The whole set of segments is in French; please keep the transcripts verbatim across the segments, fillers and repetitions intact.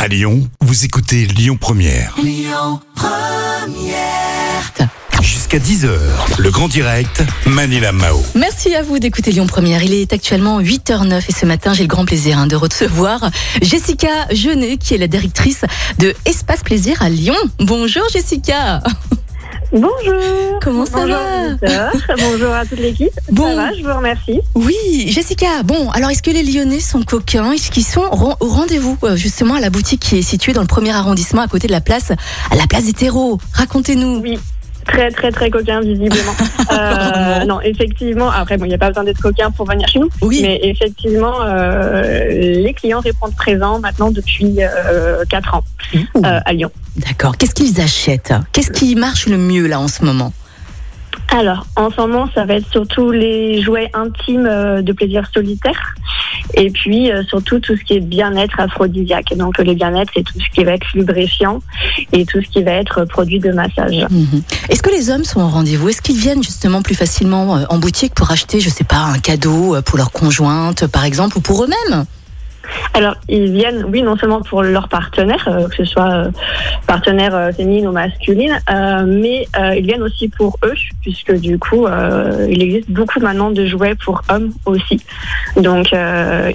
À Lyon, vous écoutez Lyon Première. Lyon Première. Jusqu'à dix heures, le grand direct, Manila Mao. Merci à vous d'écouter Lyon Première. Il est actuellement huit heures neuf et ce matin, j'ai le grand plaisir hein, de recevoir Jessica Jeunet, qui est la directrice de Espace Plaisir à Lyon. Bonjour Jessica. Bonjour. Comment ça Bonjour va? Bonjour à toute l'équipe. Bon. Ça va, je vous remercie. Oui, Jessica, bon, alors est-ce que les Lyonnais sont coquins? Est-ce qu'ils sont au rendez-vous justement à la boutique qui est située dans le premier arrondissement à côté de la place, à la place des terreaux? Racontez-nous. Oui. Très très très coquin visiblement. euh, non effectivement, après bon il n'y a pas besoin d'être coquin pour venir chez nous, oui. Mais effectivement euh, les clients répondent présents maintenant depuis euh, quatre ans euh, à Lyon. D'accord, qu'est-ce qu'ils achètent? Qu'est-ce qui marche le mieux là en ce moment? Alors, en ce moment, ça va être surtout les jouets intimes euh, de plaisir solitaire et puis euh, surtout tout ce qui est bien-être aphrodisiaque. Donc, le bien-être, c'est tout ce qui va être lubrifiant et tout ce qui va être produit de massage. Mmh. Est-ce que les hommes sont au rendez-vous? Est-ce qu'ils viennent justement plus facilement euh, en boutique pour acheter, je sais pas, un cadeau pour leur conjointe, par exemple, ou pour eux-mêmes? Alors, ils viennent, oui, non seulement pour leur partenaire, euh, que ce soit euh, partenaire euh, féminine ou masculine, euh, mais euh, ils viennent aussi pour eux, puisque du coup, euh, il existe beaucoup maintenant de jouets pour hommes aussi. Donc, euh,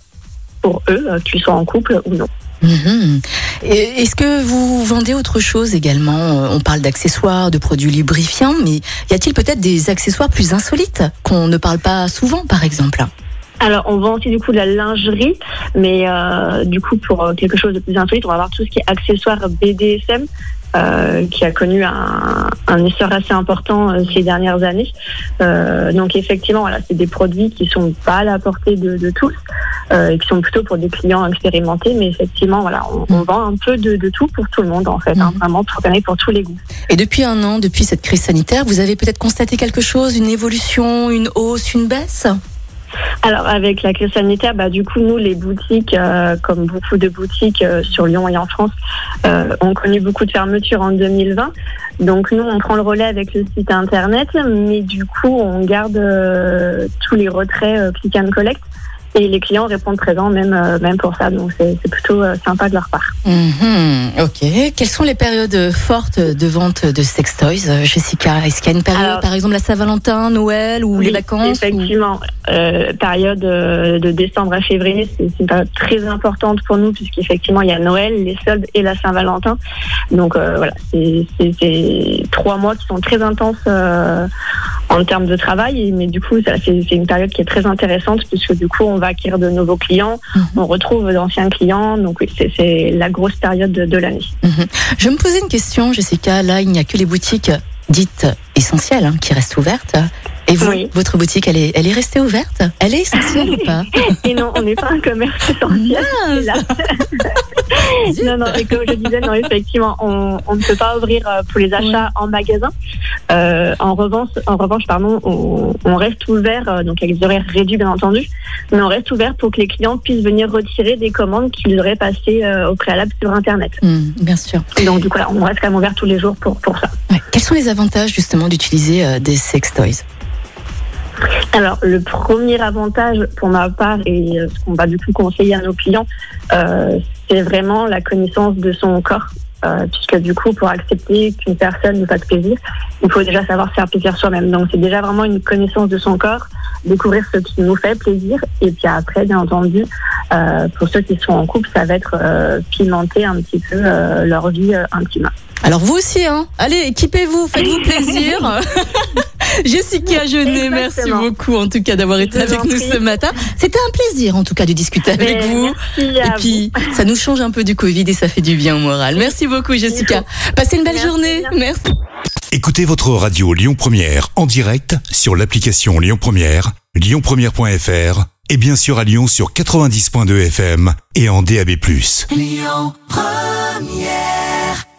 pour eux, euh, qu'ils soient en couple ou non. Mmh. Et est-ce que vous vendez autre chose également? On parle d'accessoires, de produits lubrifiants, mais y a-t-il peut-être des accessoires plus insolites qu'on ne parle pas souvent, par exemple? Alors, on vend aussi du coup de la lingerie, mais euh, du coup, pour quelque chose de plus insolite, on va avoir tout ce qui est accessoires B D S M, euh, qui a connu un, un essor assez important euh, ces dernières années. Euh, donc, effectivement, voilà, c'est des produits qui sont pas à la portée de, de tous, euh, et qui sont plutôt pour des clients expérimentés, mais effectivement, voilà, on, on vend un peu de, de tout pour tout le monde, en fait, hein, vraiment pour gagner pour tous les goûts. Et depuis un an, depuis cette crise sanitaire, vous avez peut-être constaté quelque chose, une évolution, une hausse, une baisse? Alors, avec la crise sanitaire, bah, du coup, nous, les boutiques, euh, comme beaucoup de boutiques euh, sur Lyon et en France, euh, ont connu beaucoup de fermetures en deux mille vingt. Donc, nous, on prend le relais avec le site Internet, mais du coup, on garde euh, tous les retraits euh, click and collect. Et les clients répondent présents même, euh, même pour ça. Donc, c'est, c'est plutôt euh, sympa de leur part. Mmh, ok. Quelles sont les périodes fortes de vente de sextoys, Jessica? Est-ce qu'il y a une période, Alors, par exemple, la Saint-Valentin, Noël ou oui, les vacances? Effectivement. Ou... Euh, période euh, de décembre à février, c'est, c'est une période très importante pour nous, puisqu'effectivement, il y a Noël, les soldes et la Saint-Valentin. Donc, euh, voilà, c'est, c'est, c'est trois mois qui sont très intenses euh, en termes de travail. Mais du coup, ça, c'est, c'est une période qui est très intéressante, puisque du coup, on va acquérir de nouveaux clients, mmh. on retrouve d'anciens clients, donc oui, c'est, c'est la grosse période de, de l'année. Mmh. Je me posais une question, Jessica, là il n'y a que les boutiques dites essentielles hein, qui restent ouvertes. Et vous, oui. Votre boutique, elle est, elle est restée ouverte? Elle est essentielle ou pas? Et non, on n'est pas un commerce essentiel. Là. non, non, et comme je disais, non, effectivement, on, on ne peut pas ouvrir pour les achats ouais. en magasin. Euh, en revanche, en revanche, pardon, on, on reste ouvert, donc avec des horaires réduits, bien entendu, mais on reste ouvert pour que les clients puissent venir retirer des commandes qu'ils auraient passées euh, au préalable sur Internet. Mmh, bien sûr. Donc, du coup, là, on reste quand même ouvert tous les jours pour, pour ça. Ouais. Quels sont les avantages, justement, d'utiliser euh, des sextoys? Alors, le premier avantage pour ma part et ce qu'on va du coup conseiller à nos clients, euh, c'est vraiment la connaissance de son corps. Euh, puisque du coup, pour accepter qu'une personne nous fasse plaisir, il faut déjà savoir faire plaisir soi-même. Donc, c'est déjà vraiment une connaissance de son corps, découvrir ce qui nous fait plaisir. Et puis après, bien entendu, euh, pour ceux qui sont en couple, ça va être euh, pimenter un petit peu euh, leur vie euh, intime. Alors vous aussi, hein. Allez, équipez-vous, faites-vous plaisir. Jessica Jeunet, merci beaucoup en tout cas d'avoir été avec nous ce matin. C'était un plaisir en tout cas de discuter avec Mais vous. Et puis vous. Ça nous change un peu du Covid et ça fait du bien au moral. Merci beaucoup Jessica. Passez une belle merci journée. Bien. Merci. Écoutez votre radio Lyon Première en direct sur l'application Lyon Première, lyon première point f r et bien sûr à Lyon sur quatre-vingt-dix point deux F M et en D A B plus. Lyon Première.